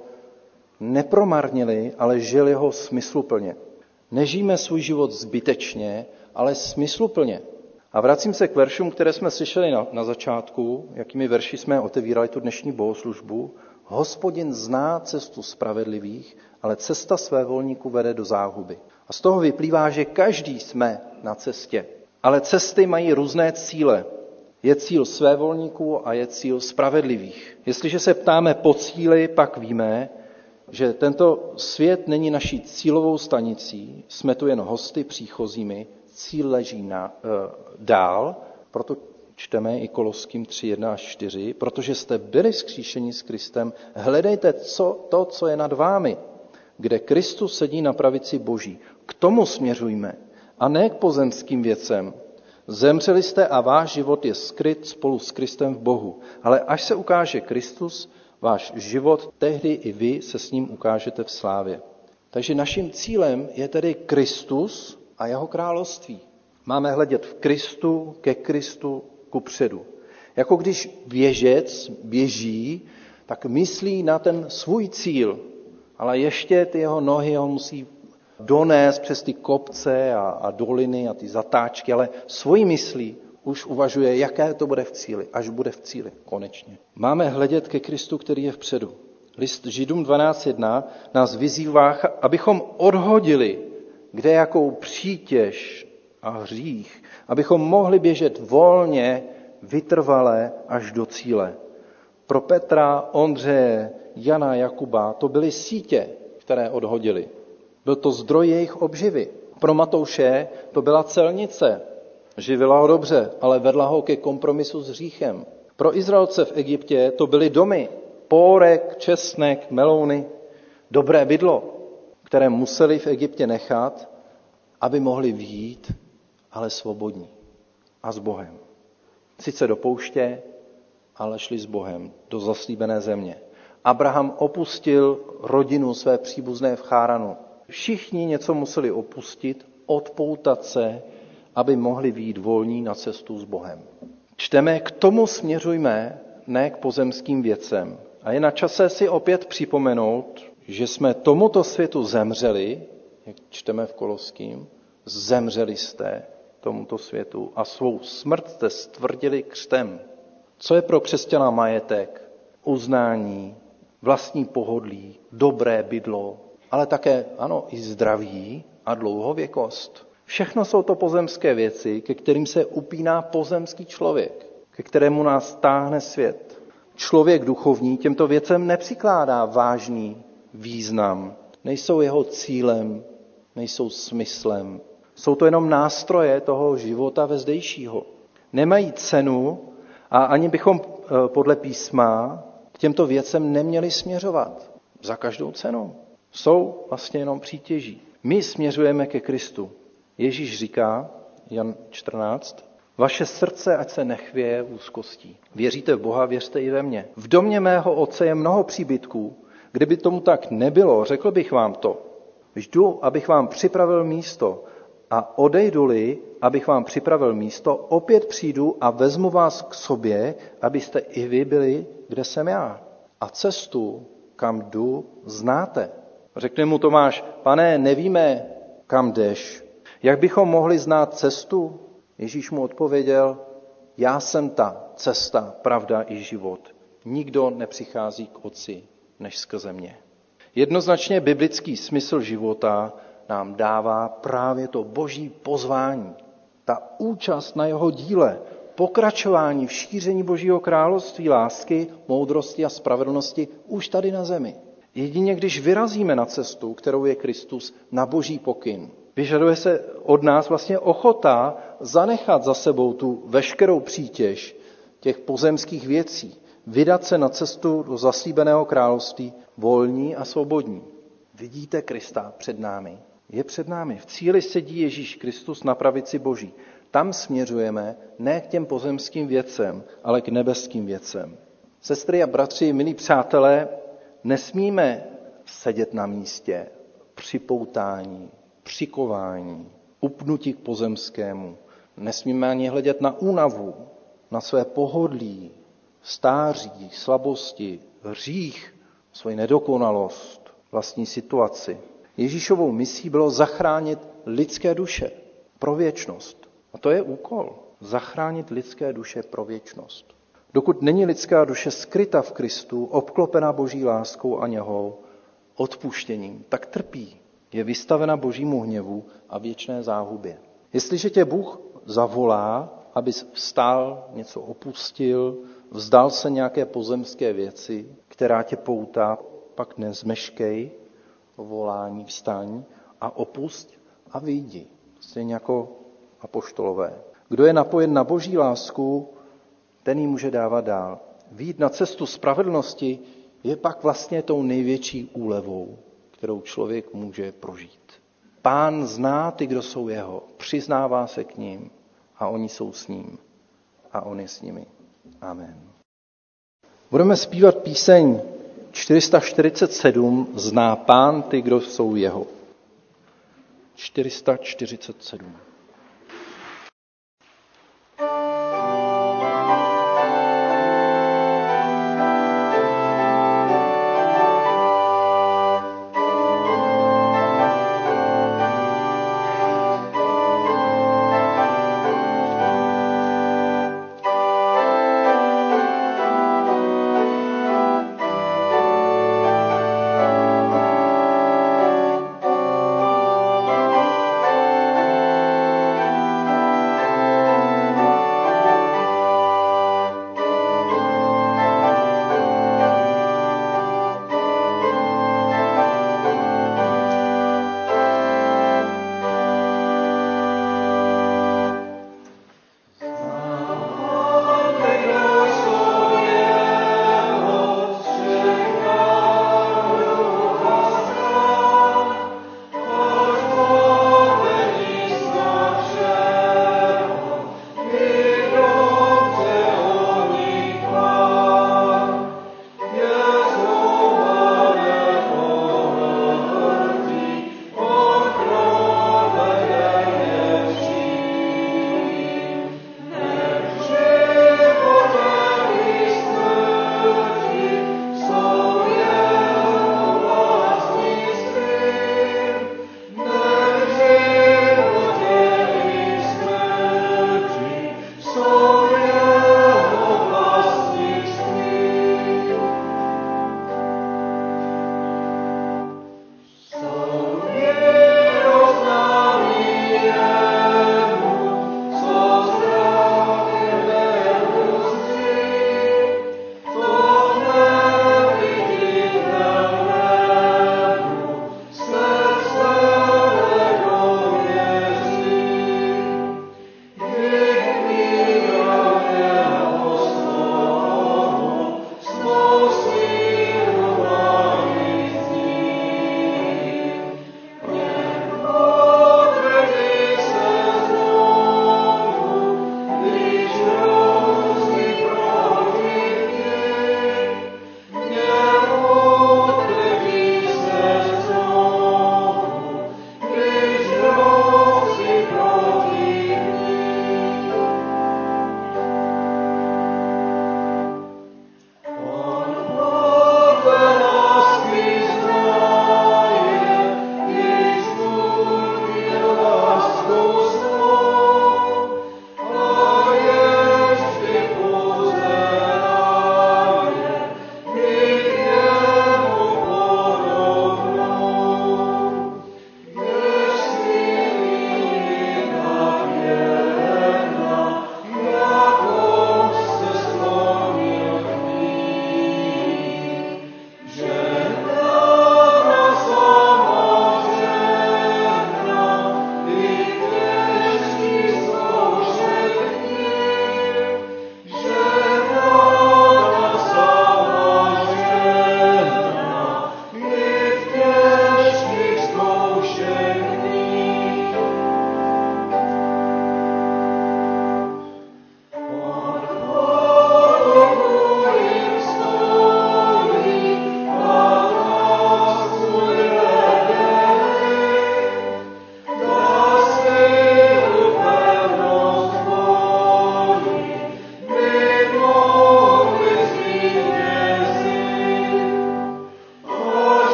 nepromarnili, ale žili ho smysluplně. Nežijeme svůj život zbytečně, ale smysluplně. A vracím se k veršům, které jsme slyšeli na začátku, jakými verši jsme otevírali tu dnešní bohoslužbu. Hospodin zná cestu spravedlivých, ale cesta svévolníků vede do záhuby. A z toho vyplývá, že každý jsme na cestě. Ale cesty mají různé cíle. Je cíl svévolníků a je cíl spravedlivých. Jestliže se ptáme po cíli, pak víme, že tento svět není naší cílovou stanicí, jsme tu jen hosty příchozími, cíl leží dál, proto čteme i Koloským 3:1-4, protože jste byli vzkříšeni s Kristem, hledejte to, co je nad vámi, kde Kristus sedí na pravici Boží. K tomu směřujme a ne k pozemským věcem. Zemřeli jste a váš život je skryt spolu s Kristem v Bohu. Ale až se ukáže Kristus, váš život, tehdy i vy se s ním ukážete v slávě. Takže naším cílem je tedy Kristus a jeho království. Máme hledět v Kristu, ke Kristu, kupředu. Jako když běžec běží, tak myslí na ten svůj cíl, ale ještě ty jeho nohy ho musí donést přes ty kopce a doliny a ty zatáčky, ale svojí myslí už uvažuje, jaké to bude v cíli, až bude v cíli, konečně. Máme hledět ke Kristu, který je vpředu. List Židům 12.1 nás vyzývá, abychom odhodili kde jakou přítěž a hřích, abychom mohli běžet volně, vytrvale až do cíle. Pro Petra, Ondřeje, Jana, Jakuba to byly sítě, které odhodili. Byl to zdroj jejich obživy. Pro Matouše to byla celnice. Živila ho dobře, ale vedla ho ke kompromisu s hříchem. Pro Izraelce v Egyptě to byly domy, pórek, česnek, melouny, dobré bydlo, které museli v Egyptě nechat, aby mohli vyjít, ale svobodní a s Bohem. Sice do pouště, ale šli s Bohem do zaslíbené země. Abraham opustil rodinu své příbuzné v Cháranu. Všichni něco museli opustit, odpoutat se, aby mohli vyjít volní na cestu s Bohem. Čteme, k tomu směřujme, ne k pozemským věcem. A je na čase si opět připomenout, že jsme tomuto světu zemřeli, jak čteme v Koloským, zemřeli jste tomuto světu a svou smrt jste stvrdili křtem. Co je pro křesťana majetek, uznání, vlastní pohodlí, dobré bydlo, ale také, ano, i zdraví a dlouhověkost. Všechno jsou to pozemské věci, ke kterým se upíná pozemský člověk, ke kterému nás táhne svět. Člověk duchovní těmto věcem nepřikládá vážný význam. Nejsou jeho cílem, nejsou smyslem. Jsou to jenom nástroje toho života vezdejšího. Nemají cenu a ani bychom podle písma k těmto věcem neměli směřovat. Za každou cenu. Jsou vlastně jenom přítěží. My směřujeme ke Kristu. Ježíš říká, Jan 14, vaše srdce ať se nechvěje úzkostí. Věříte v Boha, věřte i ve mně. V domě mého otce je mnoho příbytků. Kdyby tomu tak nebylo, řekl bych vám to. Jdu, abych vám připravil místo a odejdu-li, abych vám připravil místo, opět přijdu a vezmu vás k sobě, abyste i vy byli, kde jsem já. A cestu, kam jdu, znáte. Řekne mu Tomáš, Pane, nevíme, kam jdeš. Jak bychom mohli znát cestu? Ježíš mu odpověděl, já jsem ta cesta, pravda i život. Nikdo nepřichází k Otci, než skrze mě. Jednoznačně biblický smysl života nám dává právě to boží pozvání. Ta účast na jeho díle, pokračování v šíření božího království, lásky, moudrosti a spravedlnosti už tady na zemi. Jedině když vyrazíme na cestu, kterou je Kristus, na boží pokyn, vyžaduje se od nás vlastně ochota zanechat za sebou tu veškerou přítěž těch pozemských věcí, vydat se na cestu do zaslíbeného království volní a svobodní. Vidíte Krista před námi. Je před námi. V cíli sedí Ježíš Kristus na pravici Boží. Tam směřujeme ne k těm pozemským věcem, ale k nebeským věcem. Sestry a bratři, milí přátelé, nesmíme sedět na místě, připoutání, přikování, upnutí k pozemskému. Nesmíme ani hledět na únavu, na své pohodlí, stáří, slabosti, hřích, svoji nedokonalost, vlastní situaci. Ježíšovou misí bylo zachránit lidské duše pro věčnost. A to je úkol. Zachránit lidské duše pro věčnost. Dokud není lidská duše skryta v Kristu, obklopená boží láskou a něhou, odpuštěním, tak trpí. Je vystavena božímu hněvu a věčné záhubě. Jestliže tě Bůh zavolá, abys vstal, něco opustil, vzdal se nějaké pozemské věci, která tě poutá, pak nezmeškej volání, vstaň a opusť a vyjdi. Stejně jako apoštolové. Kdo je napojen na boží lásku, ten ji může dávat dál. Vyjít na cestu spravedlnosti je pak vlastně tou největší úlevou, kterou člověk může prožít. Pán zná ty, kdo jsou jeho, přiznává se k ním a oni jsou s ním a on je s nimi. Amen. Budeme zpívat píseň 447, Zná Pán ty, kdo jsou jeho. 447.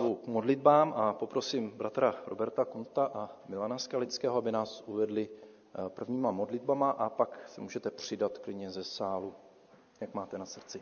modlitbám a poprosím bratra Roberta Kunta a Milana Skalického, aby nás uvedli prvníma modlitbama a pak se můžete přidat klidně ze sálu, jak máte na srdci.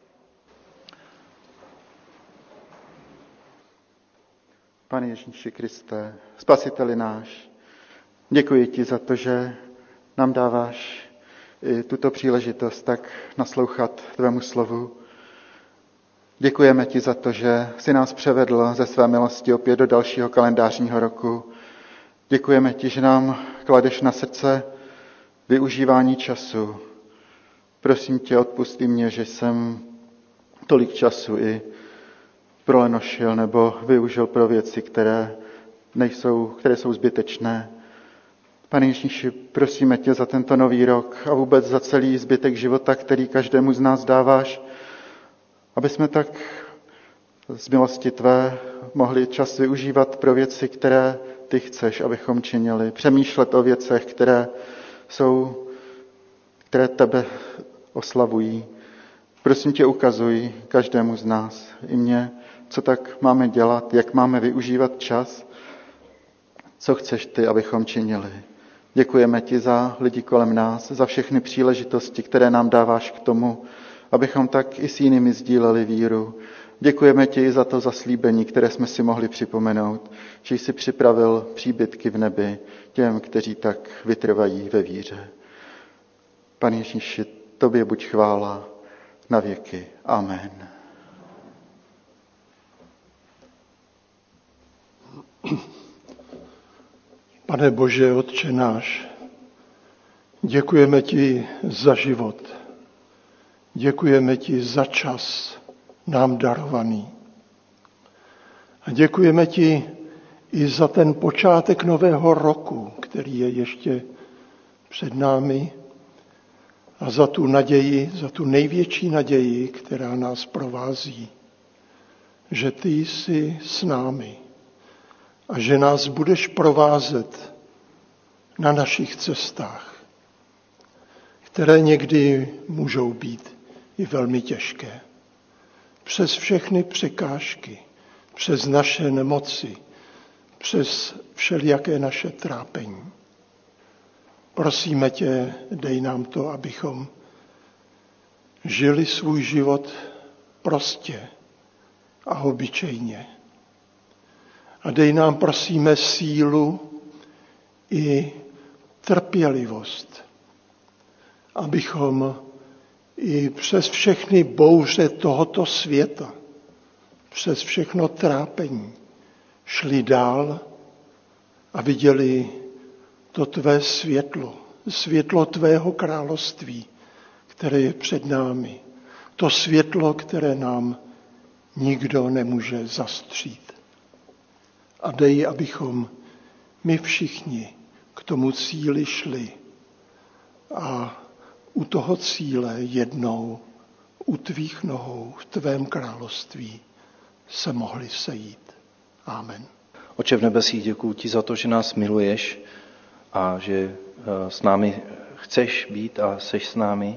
Pane Ježíši Kriste, Spasiteli náš, děkuji ti za to, že nám dáváš i tuto příležitost tak naslouchat tvému slovu. Děkujeme ti za to, že jsi nás převedl ze své milosti opět do dalšího kalendářního roku. Děkujeme ti, že nám kladeš na srdce využívání času. Prosím tě, odpusť mě, že jsem tolik času i prolenošil nebo využil pro věci, které jsou zbytečné. Pane Ježíši, prosíme tě za tento nový rok a vůbec za celý zbytek života, který každému z nás dáváš, aby jsme tak z milosti tvé mohli čas využívat pro věci, které ty chceš, abychom činili. Přemýšlet o věcech, které tebe oslavují. Prosím tě, ukazuj každému z nás, i mně, co tak máme dělat, jak máme využívat čas, co chceš ty, abychom činili. Děkujeme ti za lidi kolem nás, za všechny příležitosti, které nám dáváš k tomu, abychom tak i s jinými sdíleli víru. Děkujeme ti za to zaslíbení, které jsme si mohli připomenout, že jsi připravil příbytky v nebi těm, kteří tak vytrvají ve víře. Pane Ježíši, tobě buď chvála na věky. Amen. Pane Bože, Otče náš, děkujeme ti za život. Děkujeme ti za čas nám darovaný. A děkujeme ti i za ten počátek nového roku, který je ještě před námi, a za tu naději, za tu největší naději, která nás provází, že ty jsi s námi a že nás budeš provázet na našich cestách, které někdy můžou být i velmi těžké. Přes všechny překážky, přes naše nemoci, přes všelijaké naše trápení. Prosíme tě, dej nám to, abychom žili svůj život prostě a obyčejně. A dej nám, prosíme, sílu i trpělivost, abychom i přes všechny bouře tohoto světa, přes všechno trápení šli dál a viděli to tvé světlo, světlo tvého království, které je před námi. To světlo, které nám nikdo nemůže zastřít. A dej, abychom my všichni k tomu cíli šli a u toho cíle jednou, u tvých nohou, v tvém království se mohli sejít. Amen. Otče v nebesích, děkuji ti za to, že nás miluješ a že s námi chceš být a seš s námi.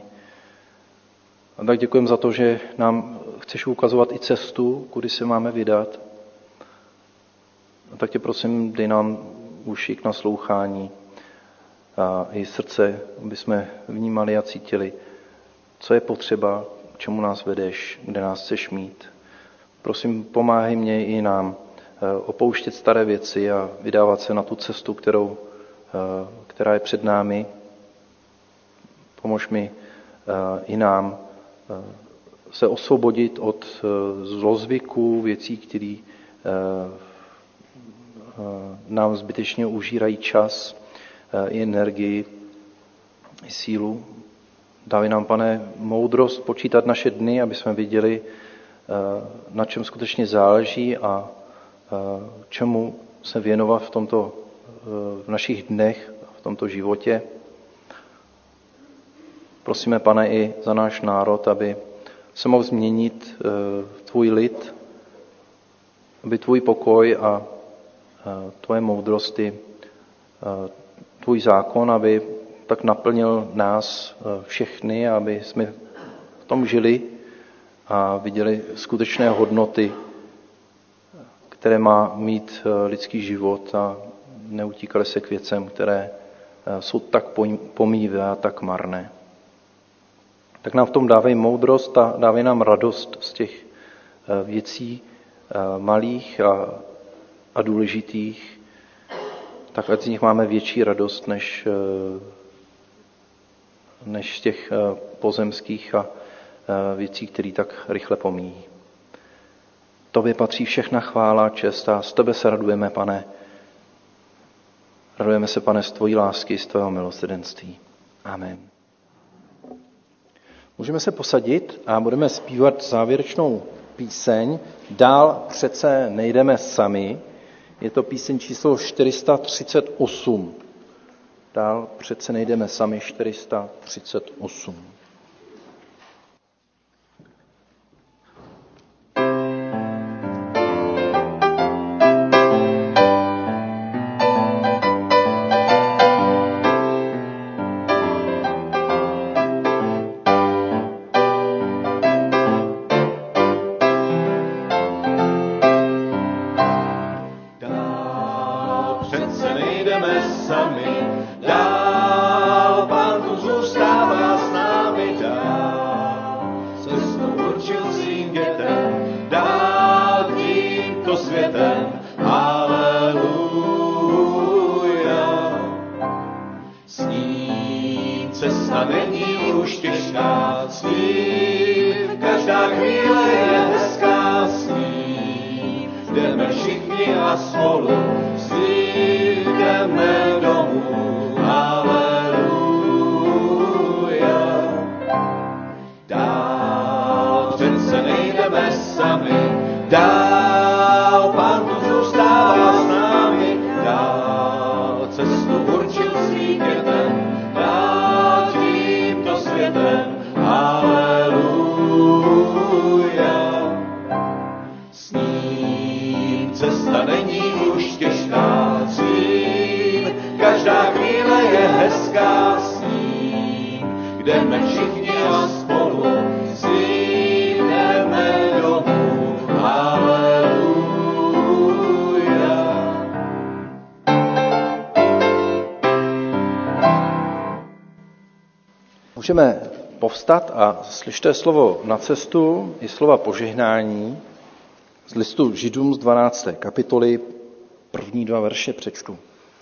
A tak děkujeme za to, že nám chceš ukazovat i cestu, kudy se máme vydat. A tak tě prosím, dej nám uši k naslouchání a i srdce, aby jsme vnímali a cítili, co je potřeba, k čemu nás vedeš, kde nás chceš mít. Prosím, pomáhej mě i nám opouštět staré věci a vydávat se na tu cestu, která je před námi. Pomož mi i nám se osvobodit od zlozvyků, věcí, které nám zbytečně užírají čas, i energii, i sílu. Dávej nám, Pane, moudrost počítat naše dny, aby jsme viděli, na čem skutečně záleží a čemu se věnovat v našich dnech, v tomto životě. Prosíme, Pane, i za náš národ, aby se mohl změnit tvůj lid, aby tvůj pokoj a tvoje moudrosti, tvůj zákon, aby tak naplnil nás všechny, aby jsme v tom žili a viděli skutečné hodnoty, které má mít lidský život a neutíkali se k věcem, které jsou tak pomíjivé a tak marné. Tak nám v tom dávej moudrost a dávej nám radost z těch věcí malých a důležitých, tak ať z nich máme větší radost než z těch pozemských a věcí, které tak rychle pomíjí. Tobě patří všechna chvála, čest a z tebe se radujeme, Pane. Radujeme se, Pane, z tvojí lásky, z tvého milosrdenství. Amen. Můžeme se posadit a budeme zpívat závěrečnou píseň. Dál přece nejdeme sami. Je to píseň číslo 438. Dál přece nejdeme sami, 438. Můžeme povstat a slyšte slovo na cestu i slova požehnání z listu Židům z 12. kapitoly, první 2 verše přečtu.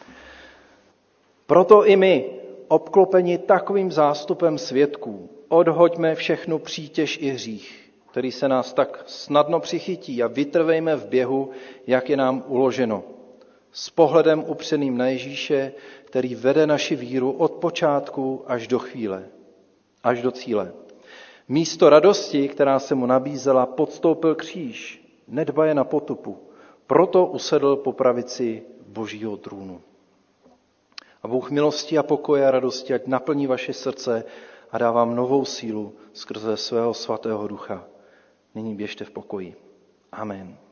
Proto i my, obklopeni takovým zástupem svědků, odhoďme všechnu přítěž i hřích, který se nás tak snadno přichytí, a vytrvejme v běhu, jak je nám uloženo, s pohledem upřeným na Ježíše, který vede naši víru od počátku až do chvíle, až do cíle. Místo radosti, která se mu nabízela, podstoupil kříž, nedbaje na potupu, proto usedl po pravici Božího trůnu. A Bůh milosti a pokoje a radosti ať naplní vaše srdce a dá vám novou sílu skrze svého svatého ducha. Nyní běžte v pokoji. Amen.